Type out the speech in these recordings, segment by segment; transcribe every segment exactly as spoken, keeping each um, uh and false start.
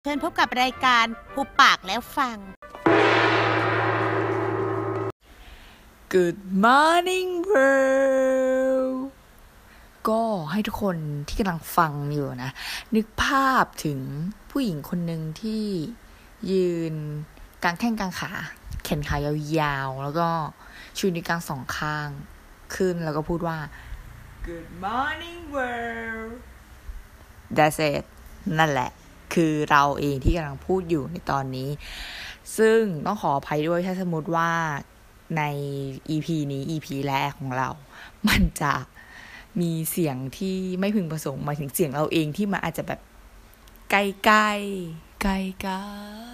เชิญพบกับรายการหุบปากแล้วฟัง Good morning world ก็ให้ทุกคนที่กำลังฟังอยู่นะนึกภาพถึงผู้หญิงคนหนึ่งที่ยืนกางแข้งกางขาแขนขายาวๆแล้วก็ชูนิ้วกลางสองข้างขึ้นแล้วก็พูดว่า Good morning world That's it นั่นแหละคือเราเองที่กำลังพูดอยู่ในตอนนี้ซึ่งต้องขออภัยด้วยถ้าสมมติว่าใน อี พี นี้ อี พี แรกของเรามันจะมีเสียงที่ไม่พึงประสงค์หมายถึงเสียงเราเองที่มันอาจจะแบบใกล้ๆใกล้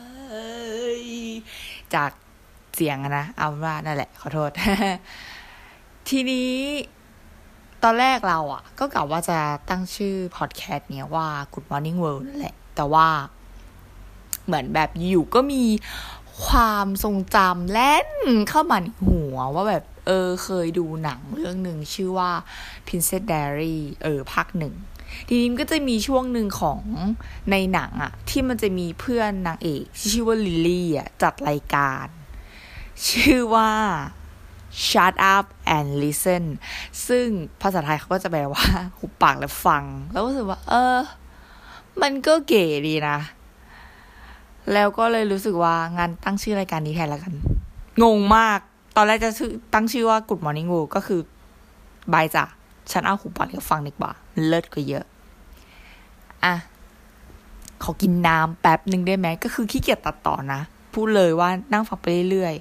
ๆจากเสียงนะเอาว่านั่นแหละขอโทษ ทีนี้ตอนแรกเราอ่ะก็กะว่าจะตั้งชื่อพอดแคสต์เนี้ยว่า Good Morning World นั่นแหละแต่ว่าเหมือนแบบอยู่ก็มีความทรงจำแล่นเข้ามาในหัวว่าแบบเออเคยดูหนังเรื่องหนึ่งชื่อว่า Princess Diary เออภาคหนึ่งทีนี้มันก็จะมีช่วงหนึ่งของในหนังอ่ะที่มันจะมีเพื่อนนางเอกที่ชื่อว่าลิลลี่อ่ะจัดรายการชื่อว่า Shut up and listen ซึ่งภาษาไทยเขาก็จะแปลว่าหุบปากแล้วฟังแล้วก็รู้สึกว่าเออมันก็เก๋ดีนะแล้วก็เลยรู้สึกว่างานตั้งชื่อรายการนี้แทนแล้วกันงงมากตอนแรกจะชื่อตั้งชื่อว่า Good Morning World ก็คือบายจ้ะฉันเอาหุบปากแล้วฟังดีกว่าเลิศกว่าเยอะอ่ะขอกินน้ำแป๊บนึงได้ไหมก็คือขี้เกียจตัดต่อนะพูดเลยว่านั่งฟังไปเรื่อย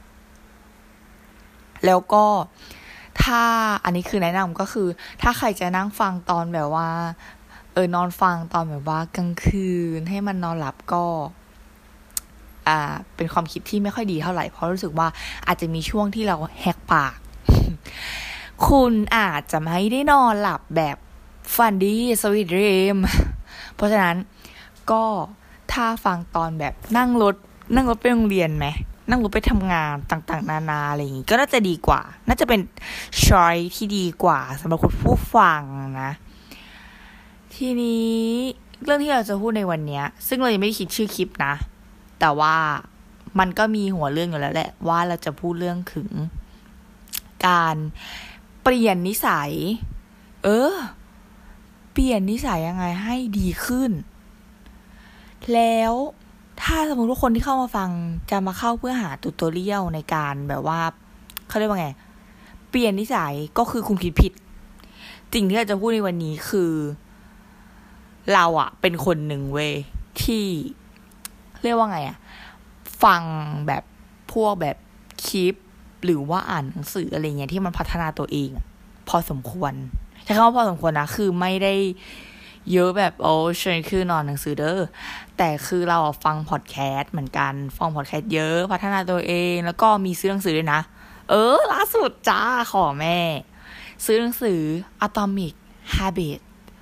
ๆแล้วก็ถ้าอันนี้คือแนะนำก็คือถ้าใครจะนั่งฟังตอนแบบว่าเออนอนฟังตอนแบบว่ากลางคืนให้มันนอนหลับก็อ่าเป็นความคิดที่ไม่ค่อยดีเท่าไหร่เพราะรู้สึกว่าอาจจะมีช่วงที่เราแหกปาก คุณอาจจะไม่ได้นอนหลับแบบฝันดีสวีทดรีมเพราะฉะนั้นก็ถ้าฟังตอนแบบนั่งรถนั่งรถไปโรงเรียนไหมนั่งรถไปทำงานต่างๆนานาอะไรอย่างงี้ก็น่าจะดีกว่าน่าจะเป็นช้อยที่ดีกว่าสำหรับคุณผู้ฟังนะทีนี้เรื่องที่เราจะพูดในวันนี้ซึ่งเรายังไม่ได้คิดชื่อคลิปนะแต่ว่ามันก็มีหัวเรื่องอยู่แล้วแหละว่าเราจะพูดเรื่องถึงการเปลี่ยนนิสัยเออเปลี่ยนนิสัยยังไงให้ดีขึ้นแล้วถ้าสมมติว่าคนที่เข้ามาฟังจะมาเข้าเพื่อหาทูตอเรียลในการแบบว่าเขาเรียกว่าไงเปลี่ยนนิสัยก็คือคุณคิดผิดสิ่งที่เราจะพูดในวันนี้คือเราอะเป็นคนหนึ่งเว้ยที่เรียกว่าไงอะฟังแบบพวกแบบคลิปหรือว่าอ่านหนังสืออะไรเงี้ยที่มันพัฒนาตัวเองพอสมควรใช้คำว่าพอสมควรนะคือไม่ได้เยอะแบบโอ้ฉันคือนอนหนังสือเด้อแต่คือเราฟังพอดแคสต์เหมือนกันฟังพอดแคสต์เยอะพัฒนาตัวเองแล้วก็มีซื้อหนังสือด้วยนะเออล่าสุดจ้าขอแม่ซื้อหนังสือ Atomic Habit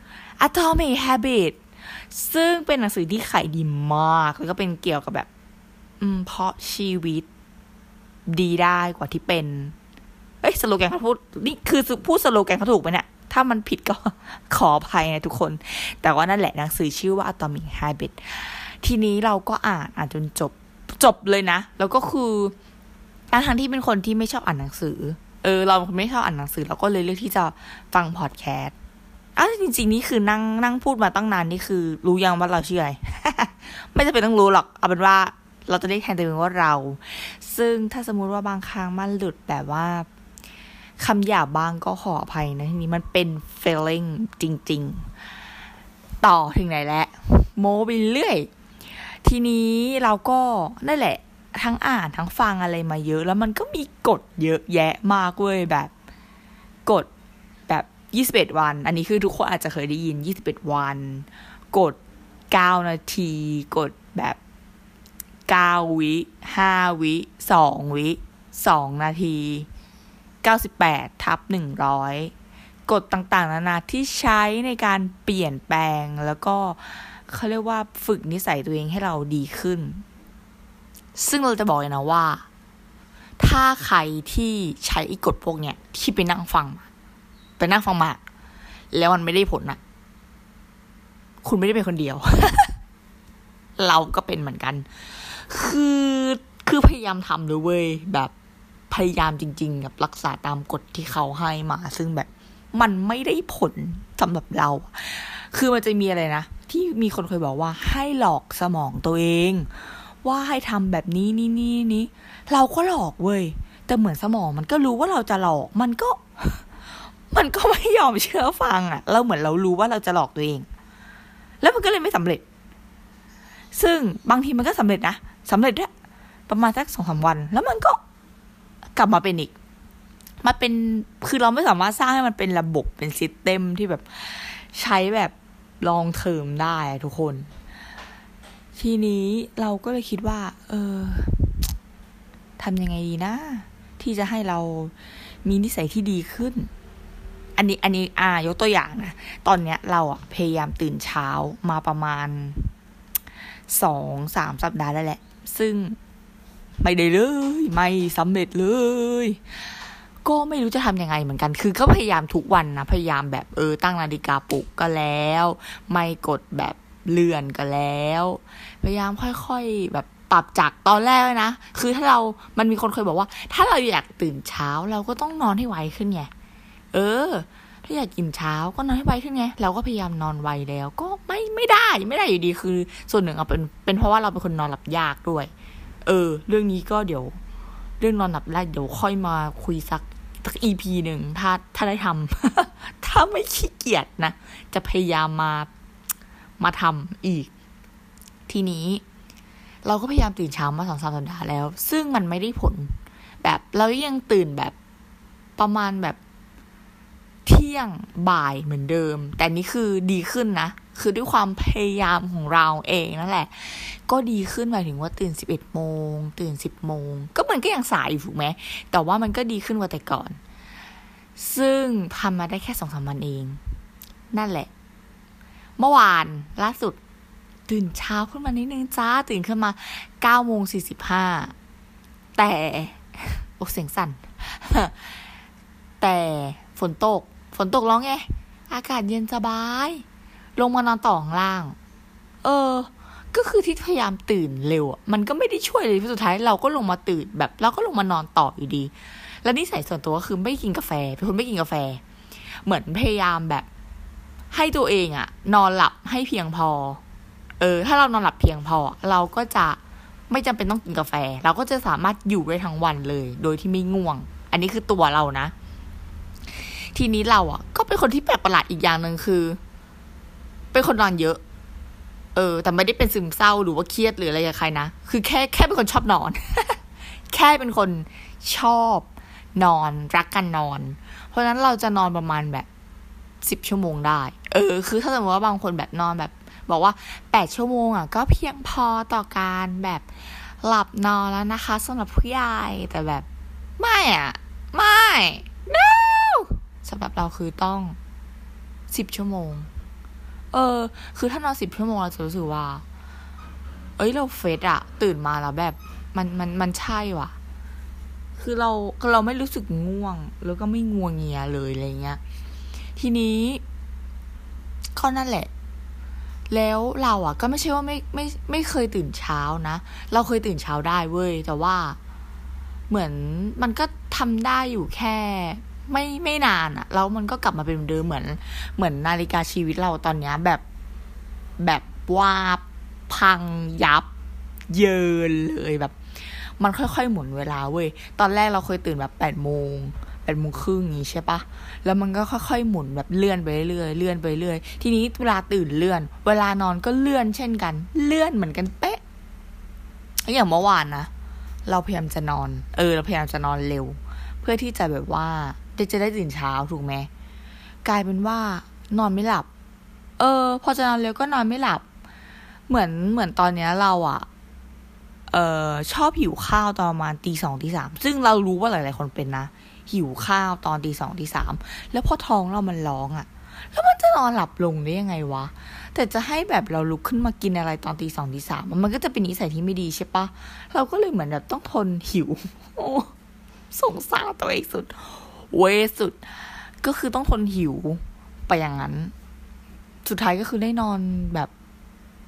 Atomic Habit ซึ่งเป็นหนังสือที่ขายดีมากแล้วก็เป็นเกี่ยวกับแบบอืมเพราะชีวิตดีได้กว่าที่เป็นเอ้ยสโลแกนเขาพูดนี่คือพูดสโลแกนเขาถูกไหมเนี่ยถ้ามันผิดก็ขออภัยนะทุกคนแต่ว่านั่นแหละหนังสือชื่อว่า Atomic Habit ทีนี้เราก็อ่านอ่านจนจบจบเลยนะแล้วก็คือทั้งที่เป็นคนที่ไม่ชอบอ่านหนังสือเออเราไม่ชอบอ่านหนังสือเราก็เลยเลือกที่จะฟังพอดแคสต์อ้าวจริงๆนี่คือนั่งนั่งพูดมาตั้งนานนี่คือรู้ยังว่าเราชื่ออะไร ไม่จำเป็นต้องรู้หรอกเอาเป็นว่าเราจะได้แทนตัวเองว่าเราซึ่งถ้าสมมุติว่าบางครั้งมันหลุดแบบว่าคำหยาบบ้างก็ขออภัยนะทีนี้มันเป็น feeling จริงๆต่อถึงไหนแล้วโมไปเรื่อยทีนี้เราก็นั่นแหละทั้งอ่านทั้งฟังอะไรมาเยอะแล้วมันก็มีกฎเยอะแยะมากเว้ยแบบกฎแบบยี่สิบเอ็ดวันอันนี้คือทุกคนอาจจะเคยได้ยินยี่สิบเอ็ดวันกฎเก้านาทีกฎแบบเก้าวิห้าวิสองวิสองนาทีเก้าสิบแปดทับหนึ่งร้อยกฎต่างๆนานาที่ใช้ในการเปลี่ยนแปลงแล้วก็เขาเรียกว่าฝึกนิสัยตัวเองให้เราดีขึ้นซึ่งเราจะบอกเลยนะว่าถ้าใครที่ใช้อีกกฎพวกเนี้ยที่ไปนั่งฟังไปนั่งฟังมาแล้วมันไม่ได้ผลนะคุณไม่ได้เป็นคนเดียวเราก็เป็นเหมือนกันคือคือพยายามทำเลยเว้ยแบบพยายามจริงๆแบบรักษาตามกฎที่เขาให้มาซึ่งแบบมันไม่ได้ผลสำหรับเราคือมันจะมีอะไรนะที่มีคนเคยบอกว่าให้หลอกสมองตัวเองว่าให้ทำแบบนี้นี่นี่นี่เราก็หลอกเว้ยแต่เหมือนสมองมันก็รู้ว่าเราจะหลอกมันก็มันก็ไม่ยอมเชื่อฟังอ่ะเราเหมือนเรารู้ว่าเราจะหลอกตัวเองแล้วมันก็เลยไม่สำเร็จซึ่งบางทีมันก็สำเร็จนะสำเร็จด้วยประมาณสักสองสามวันแล้วมันก็กลับมาเป็นอีกมาเป็นคือเราไม่สามารถสร้างให้มันเป็นระบบเป็นซิสเต็มที่แบบใช้แบบลองเทอมได้ทุกคนทีนี้เราก็เลยคิดว่าเออทำยังไงดีนะที่จะให้เรามีนิสัยที่ดีขึ้นอันนี้อันนี้อ่ายกตัวอย่างนะตอนเนี้ยเราอะพยายามตื่นเช้ามาประมาณสองสามสัปดาห์แล้วแหละซึ่งไม่ได้เลยไม่สำเร็จเลยก็ไม่รู้จะทำยังไงเหมือนกันคือก็พยายามทุกวันนะพยายามแบบเออตั้งนาฬิกาปลุกก็แล้วไม่กดแบบเลื่อนก็แล้วพยายามค่อยๆแบบปรับจากตอนแรกเลยนะคือถ้าเรามันมีคนเคยบอกว่าถ้าเราอยากตื่นเช้าเราก็ต้องนอนให้ไวขึ้นไงเออถ้าอยากกินเช้าก็นอนให้ไวขึ้นไงเราก็พยายามนอนไวแล้วก็ไม่ไม่ได้ไม่ได้อยู่ดีคือส่วนหนึ่งเอาเป็นเป็นเพราะว่าเราเป็นคนนอนหลับยากด้วยเออเรื่องนี้ก็เดี๋ยวเรื่องนอนหลับได้เดี๋ยวค่อยมาคุยสักสัก อี พี หนึ่งถ้าถ้าได้ทำ ถ้าไม่ขี้เกียจนะจะพยายามมามาทำอีกทีนี้เราก็พยายามตื่นเช้ามาสองสามสัปดาห์แล้วซึ่งมันไม่ได้ผลแบบเรายังตื่นแบบประมาณแบบเที่ยงบ่ายเหมือนเดิมแต่นี่คือดีขึ้นนะคือด้วยความพยายามของเราเองนั่นแหละก็ดีขึ้นหมายถึงว่าตื่นสิบเอ็ดโมงตื่นสิบโมงก็มันก็ยังสายอยู่ถูกไหมแต่ว่ามันก็ดีขึ้นกว่าแต่ก่อนซึ่งทำมาได้แค่สองสามวันเองนั่นแหละเมื่อวานล่าสุดตื่นเช้าขึ้นมานิดนึงจ้าตื่นขึ้นมาเก้าโมงสี่สิบห้าแต่โอ้เสียงสั่น แต่ฝนตกฝนตกร้องไงอากาศเย็นสบายลงมานอนต่อข้างล่างเออก็คือที่พยายามตื่นเร็วมันก็ไม่ได้ช่วยเลยสุดท้ายเราก็ลงมาตื่นแบบเราก็ลงมานอนต่ออยู่ดีแล้วนิสัยส่วนตัวก็คือไม่กินกาแฟเป็นคนไม่กินกาแฟเหมือนพยายามแบบให้ตัวเองอะนอนหลับให้เพียงพอเออถ้าเรานอนหลับเพียงพอเราก็จะไม่จำเป็นต้องกินกาแฟเราก็จะสามารถอยู่ได้ทั้งวันเลยโดยที่ไม่ง่วงอันนี้คือตัวเรานะทีนี้เราอ่ะก็เป็นคนที่แปลกประหลาดอีกอย่างนึงคือเป็นคนนอนเยอะเออแต่ไม่ได้เป็นซึมเศร้าหรือว่าเครียดหรืออะไรกับใครนะคือแค่แค่เป็นคนชอบนอน แค่เป็นคนชอบนอนรักการนอนเพราะฉะนั้นเราจะนอนประมาณแบบสิบชั่วโมงได้เออคือถ้าสมมติว่าบางคนแบบนอนแบบบอกว่าแปดชั่วโมงอ่ะก็เพียงพอต่อการแบบหลับนอนแล้วนะคะสำหรับผู้ใหญ่แต่แบบไม่อ่ะไม่ no สำหรับเราคือต้องสิบชั่วโมงเออคือถ้านอนสิบชั่วโมงเราจะรู้สึกว่าเอ้ยเราเฟสอะตื่นมาแล้วแบบมันมันมันใช่ว่ะคือเราเราไม่รู้สึกง่วงแล้วก็ไม่งัวเงียเลยอะไรเงี้ยทีนี้ก็นั่นแหละแล้วเราอ่ะก็ไม่ใช่ว่าไม่ไม่ไม่เคยตื่นเช้านะเราเคยตื่นเช้าได้เว้ยแต่ว่าเหมือนมันก็ทำได้อยู่แค่ไม่ไม่นานอะแล้วมันก็กลับมาเป็นเหมือนเดิมเหมือนเหมือนนาฬิกาชีวิตเราตอนนี้แบบแบบว่าพังยับเยินเลยแบบมันค่อยๆหมุนเวลาเว้ยตอนแรกเราเคยตื่นแบบแปดโมงแปดโมงครึ่งอย่างนี้ใช่ปะแล้วมันก็ค่อยๆหมุนแบบเลื่อนไปเรื่อยเลื่อนไปเรื่อยทีนี้เวลาตื่นเลื่อนเวลานอนก็เลื่อนเช่นกันเลื่อนเหมือนกันเป๊ะอย่างเมื่อวานนะเราพยายามจะนอนเออเราพยายามจะนอนเร็วเพื่อที่จะแบบว่าจะได้ตื่นเช้าถูกไหมกลายเป็นว่านอนไม่หลับเออพอจะนอนเร็วก็นอนไม่หลับเหมือนเหมือนตอนเนี้ยเราอ่ะเออชอบหิวข้าวตอนประมาณตีสองตีสามซึ่งเรารู้ว่าหลายๆคนเป็นนะหิวข้าวตอนตีสองตีสามแล้วพอท้องเรามันร้องอ่ะแล้วมันจะนอนหลับลงได้ยังไงวะแต่จะให้แบบเราลุกขึ้นมากินอะไรตอนตีสองตีสามมันก็จะเป็นนิสัยที่ไม่ดีใช่ปะเราก็เลยเหมือนแบบต้องทนหิวโอ้สงสารตัวเองสุดเวสุดก็คือต้องทนหิวไปอย่างนั้นสุดท้ายก็คือได้นอนแบบ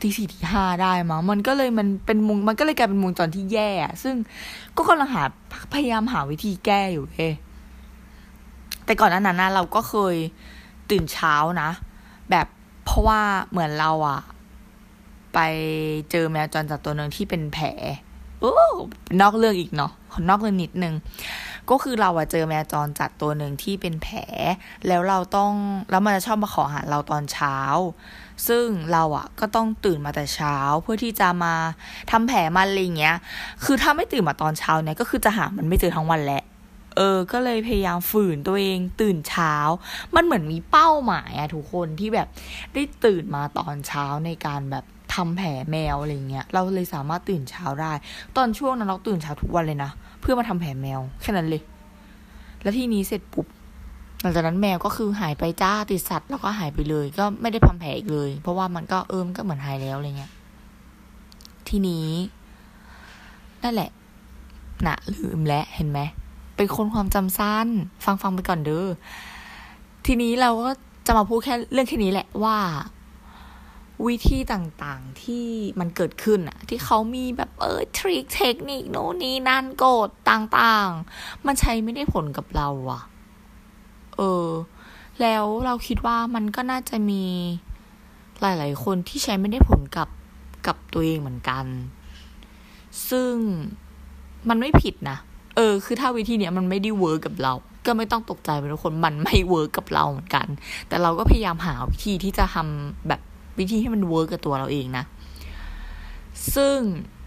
ที่สี่ที่ห้าได้มั้งมันก็เลยมันเป็นมุงมันก็เลยกลายเป็นวงจรที่แย่ซึ่งก็กำลังหาพยายามหาวิธีแก้อยู่เองแต่ก่อนหน้านั้นนะเราก็เคยตื่นเช้านะแบบเพราะว่าเหมือนเราอะไปเจอแมวจรจัดตัวนึงที่เป็นแผลโอ้นอกเรื่องอีกเนาะนอกเรื่องนิดนึงก็คือเราอะเจอแมวจรจัดตัวนึงที่เป็นแผลแล้วเราต้องแล้วมันจะชอบมาขออาหารเราตอนเช้าซึ่งเราอะก็ต้องตื่นมาแต่เช้าเพื่อที่จะมาทำแผลมันอะไรเงี้ยคือถ้าไม่ตื่นมาตอนเช้าเนี่ยก็คือจะหามันไม่เจอทั้งวันแหละเออก็เลยพยายามฝืนตัวเองตื่นเช้ามันเหมือนมีเป้าหมายอะทุกคนที่แบบได้ตื่นมาตอนเช้าในการแบบทำแผลแมวอะไรเงี้ยเราเลยสามารถตื่นเช้าได้ตอนช่วงนั้นเราตื่นเช้าทุกวันเลยนะเพื่อมาทำแผลแมวแค่นั้นเลยแล้วทีนี้เสร็จปุ๊บหลังจากนั้นแมวก็คือหายไปจ้าติดสัตว์แล้วก็หายไปเลยก็ไม่ได้ทำแผลอีกเลยเพราะว่ามันก็เอิมก็เหมือนหายแล้วอะไรเงี้ยทีนี้นั่นแหละน่ะลืมแล้วเห็นไหมเป็นคนความจำสั้นฟังฟังไปก่อนเด้อทีนี้เราก็จะมาพูดแค่เรื่องแค่นี้แหละว่าวิธีต่างๆที่มันเกิดขึ้นอะที่เขามีแบบเออทริคเทคนิคโน่นนี่นั่นกฎต่างๆมันใช้ไม่ได้ผลกับเราอะเออแล้วเราคิดว่ามันก็น่าจะมีหลายๆคนที่ใช้ไม่ได้ผลกับกับตัวเองเหมือนกันซึ่งมันไม่ผิดนะเออคือถ้าวิธีเนี้ยมันไม่ได้เวิร์กกับเราก็ไม่ต้องตกใจไปทุกคนมันไม่เวิร์กกับเราเหมือนกันแต่เราก็พยายามหาวิธีที่จะทำแบบวิธีให้มันเวิร์กกับตัวเราเองนะซึ่ง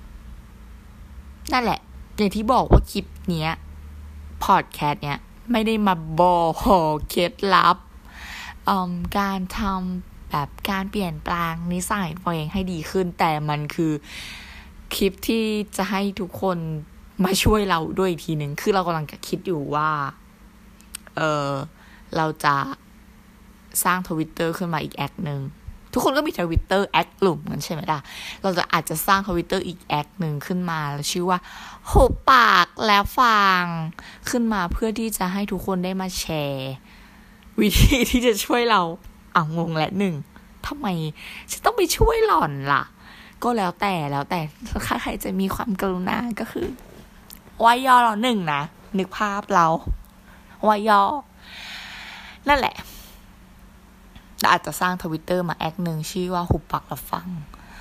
นั่นแหละอย่างที่บอกว่าคลิปเนี้ยพอดแคสต์เนี้ยไม่ได้มาบอกเคล็ดลับการทำแบบการเปลี่ยนแปลงนิสัยตัวเองให้ดีขึ้นแต่มันคือคลิปที่จะให้ทุกคนมาช่วยเราด้วยอีกทีนึงคือเรากำลังคิดอยู่ว่าเออเราจะสร้าง Twitter ขึ้นมาอีกแอคนึงทุกคนก็มี Twitter แอคกลุ่มกันใช่ไหมล่ะเราจะอาจจะสร้าง Twitter อีกแอคนึงขึ้นมาแล้วชื่อว่าหุบปากแล้วฟังขึ้นมาเพื่อที่จะให้ทุกคนได้มาแชร์วิธีที่จะช่วยเราอ่ะงงและหนึ่งทำไมฉันต้องไปช่วยหล่อนล่ะก็แล้วแต่แล้วแต่ถ้าใครจะมีความกรุณาก็คือวายย่อเราหนึ่งนะนึกภาพเราวายย่อนั่นแหละอาจจะสร้าง Twitter มาแอคนึงชื่อว่าหุบปากแล้วฟัง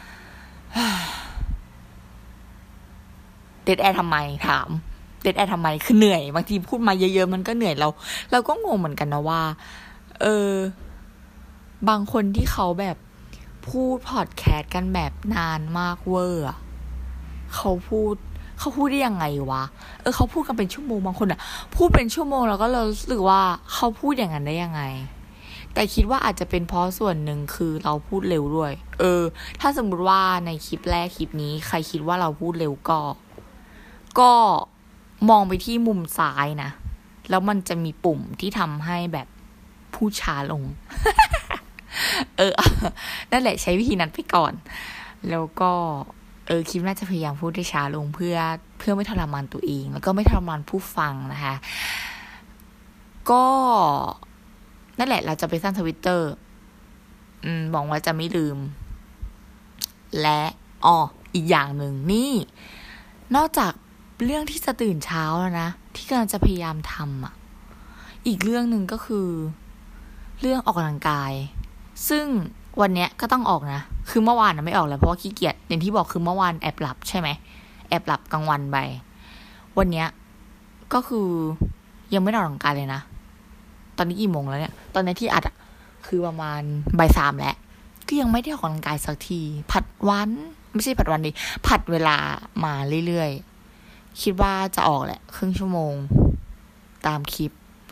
เดดแอร์ทำไมถามเดดแอร์ทำไมคือเหนื่อยบางทีพูดมาเยอะๆมันก็เหนื่อยเราเราก็งงเหมือนกันนะว่าเออบางคนที่เขาแบบพูดพอดแคสต์กันแบบนานมากเวอร์อ่ะเขาพูดเขาพูดได้ยังไงวะเออเขาพูดกันเป็นชั่วโมงบางคนอ่ะพูดเป็นชั่วโมงแล้วก็เรารู้สึกว่าเขาพูดอย่างนั้นได้ยังไงแต่คิดว่าอาจจะเป็นเพราะส่วนหนึ่งคือเราพูดเร็วด้วยเออถ้าสมมติว่าในคลิปแรกคลิปนี้ใครคิดว่าเราพูดเร็วก็ก็มองไปที่มุมซ้ายนะแล้วมันจะมีปุ่มที่ทำให้แบบพูดช้าลง เออนั่นแหละใช้วิธีนั้นไปก่อนแล้วก็เออคลิปน่าจะพยายามพูดได้ช้าลงเพื่อเพื่อไม่ทรมานตัวเองแล้วก็ไม่ทรมานผู้ฟังนะคะก็นั่นแหละเราจะไปสร้าง Twitter อืมบอกว่าจะไม่ลืมและอ๋ออีกอย่างหนึ่งนี่นอกจากเรื่องที่จะตื่นเช้าแล้วนะที่กำลังจะพยายามทำอ่ะอีกเรื่องหนึ่งก็คือเรื่องออกกำลังกายซึ่งวันเนี้ยก็ต้องออกนะคือเมื่อวานนะไม่ออกแล้วเพราะว่าขี้เกียจอย่างที่บอกคือเมื่อวานแอบหลับใช่ไหมแอบหลับกลางวันไปวันเนี้ยก็คือยังไม่ได้ออกกำลังกายเลยนะตอนนี้กี่โมงแล้วเนี่ยตอนนี้ที่อัดอ่ะคือประมาณบ่ายสามแล้วก็ยังไม่ได้ออกกำลังกายสักทีผัดวันไม่ใช่ผัดวันดิผัดเวลามาเรื่อยๆคิดว่าจะออกแหละครึ่งชั่วโมงตามคลิป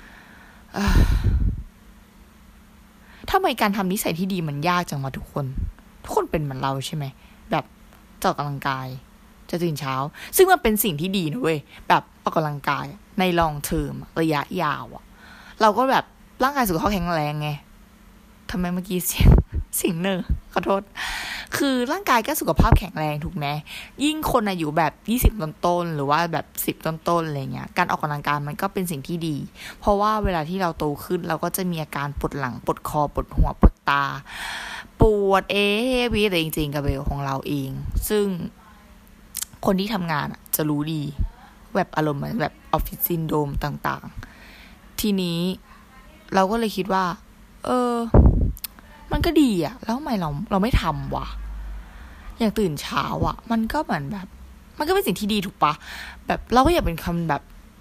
ทำไมการทำนิสัยที่ดีมันยากจังวะทุกคนทุกคนเป็นเหมือนเราใช่ไหมแบบออกกำลังกายจะตื่นเช้าซึ่งมันเป็นสิ่งที่ดีนะเว้ยแบบออกกำลังกายในลองเทอมระยะยาวอะเราก็แบบร่างกายสุขภาพแข็งแรงไงทำไมเมื่อกี้เสียงเสียงเนอขอโทษคือร่างกายก็สุขภาพแข็งแรงถูกไหมยิ่งคนอายุแบบยี่สิบต้นๆหรือว่าแบบสิบต้นๆอะไรเงี้ยการออกกำลังกายมันก็เป็นสิ่งที่ดีเพราะว่าเวลาที่เราโตขึ้นเราก็จะมีอาการปวดหลังปวดคอปวดหัวปวดตาปวดเอวีแต่จริงๆกับเบลของเราเองซึ่งคนที่ทำงานจะรู้ดีแบบอารมณ์เหมือนแบบออฟฟิศซินโดรมต่างๆทีนี้เราก็เลยคิดว่าเออมันก็ดีอะแล้วทำไมเราเราไม่ทำวะอย่างตื่นเช้าอะมันก็เหมือนแบบมันก็เป็นสิ่งที่ดีถูกปะแบบเราก็อยากเป็นคนแบบ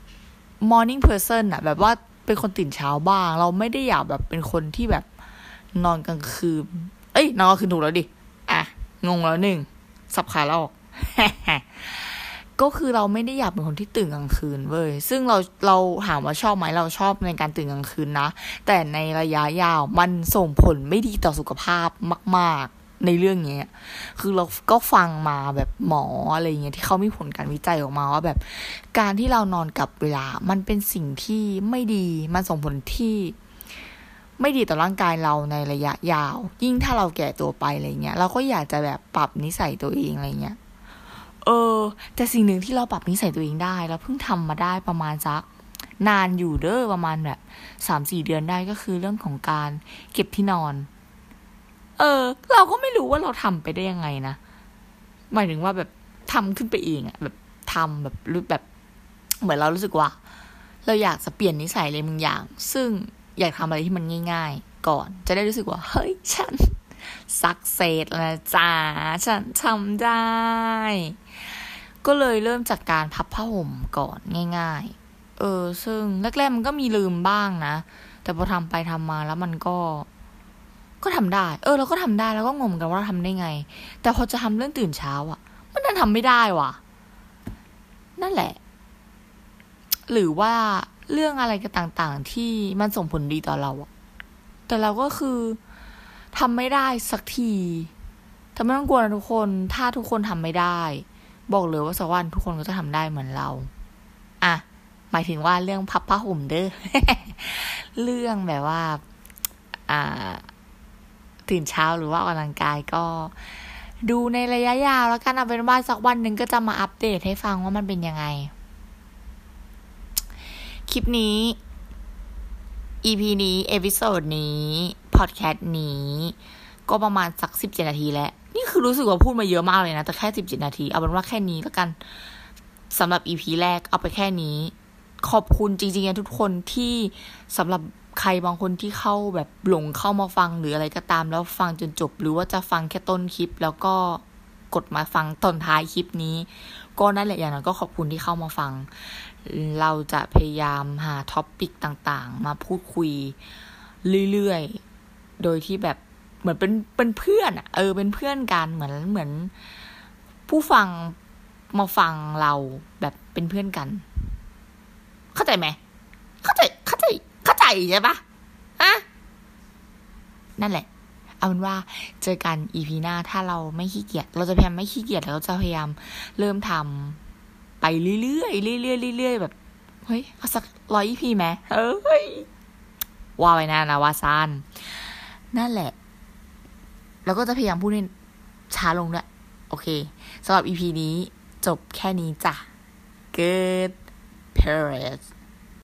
morning person อะแบบว่าเป็นคนตื่นเช้าบ้างเราไม่ได้อยากแบบเป็นคนที่แบบนอนกลางคืนเอ้ยนอนกลางคืนถูกแล้วดิอ่ะงงแล้วหนึ่งสับขาหลอก ก็คือเราไม่ได้อยากเป็นคนที่ตื่นกลางคืนเว้ยซึ่งเราเราถามว่าชอบไหมเราชอบในการตื่นกลางคืนนะแต่ในระยะยาวมันส่งผลไม่ดีต่อสุขภาพมากๆในเรื่องนี้คือเราก็ฟังมาแบบหมออะไรเงี้ยที่เขามีผลการวิจัยออกมาว่าแบบการที่เรานอนกับเวลามันเป็นสิ่งที่ไม่ดีมันส่งผลที่ไม่ดีต่อร่างกายเราในระยะยาวยิ่งถ้าเราแก่ตัวไปอะไรเงี้ยเราก็อยากจะแบบปรับนิสัยตัวเองอะไรเงี้ยเออแต่สิ่งหนึ่งที่เราปรับนิสัยตัวเองได้เราเพิ่งทำมาได้ประมาณสักนานอยู่เด้อประมาณแบบ สามถึงสี่ เดือนได้ก็คือเรื่องของการเก็บที่นอนเออเราก็ไม่รู้ว่าเราทำไปได้ยังไงนะหมายถึงว่าแบบทำขึ้นไปเองอะแบบทำแบบรู้แบบเหมือนเรารู้สึกว่าเราอยากจะเปลี่ยนนิสัยอะไรบางอย่างซึ่งอยากทำอะไรที่มันง่ายๆก่อนจะได้รู้สึกว่าเฮ้ยฉันสักเซสแล้วจ้าฉันทำได้ก็เลยเริ่มจากการพับผ้าห่มก่อนง่ายๆเออซึ่งแรกๆมันก็มีลืมบ้างนะแต่พอทำไปทำมาแล้วมันก็ก็ทำได้เออเราก็ทำได้แล้วก็งงเหมือนกันว่าเราทำได้ไงแต่พอจะทำเรื่องตื่นเช้าอ่ะมันนั่นทำไม่ได้ว่ะนั่นแหละหรือว่าเรื่องอะไรก็ต่างๆที่มันส่งผลดีต่อเราอ่ะแต่เราก็คือทำไม่ได้สักทีแต่ไม่ต้องกลัวนะทุกคนถ้าทุกคนทำไม่ได้บอกเลยว่าสักวันทุกคนก็จะทำได้เหมือนเราอ่ะหมายถึงว่าเรื่องพับผ้าห่มเด้อ เรื่องแบบว่าอ่าตื่นเช้าหรือว่าออกกำลังกายก็ดูในระยะยาวแล้วกันเอาเป็นว่าสักวันหนึ่งก็จะมาอัปเดตให้ฟังว่ามันเป็นยังไงคลิปนี้ อี พี นี้เอพิโซดนี้พอดแคสต์นี้ก็ประมาณสักสิบเจ็ดนาทีแล้วนี่คือรู้สึกว่าพูดมาเยอะมากเลยนะแต่แค่สิบเจ็ดนาทีเอาเป็นว่าแค่นี้แล้วกันสำหรับ อี พี แรกเอาไปแค่นี้ขอบคุณจริงๆทุกคนที่สำหรับใครบางคนที่เข้าแบบหลงเข้ามาฟังหรืออะไรก็ตามแล้วฟังจนจบหรือว่าจะฟังแค่ต้นคลิปแล้วก็กดมาฟังตอนท้ายคลิปนี้ก็นั่นแหละอย่างนั้นก็ขอบคุณที่เข้ามาฟังเราจะพยายามหาท็อปปิกต่างๆมาพูดคุยเรื่อยๆโดยที่แบบเหมือนเป็นเป็นเพื่อนอ่ะเออเป็นเพื่อนกันเหมือนเหมือนผู้ฟังมาฟังเราแบบเป็นเพื่อนกันเข้าใจไหมเข้าใจเข้าใจเข้าใจใช่ปะอ่ะนั่นแหละเอาเป็นว่าเจอกัน อี พี หน้าถ้าเราไม่ขี้เกียจเราจะพยายามไม่ขี้เกียจแล้วเราจะพยายามเริ่มทำไปเรื่อยๆเรื่อยๆเรื่อยๆแบบเฮ้ยเอาสักร้อย อี พี ไหมเฮ้ยว่าไว้นะนะว่าซันนั่นแหละแล้วก็จะพยายามพูดให้ช้าลงด้วยโอเคสำหรับ อี พี นี้จบแค่นี้จ้ะ Good period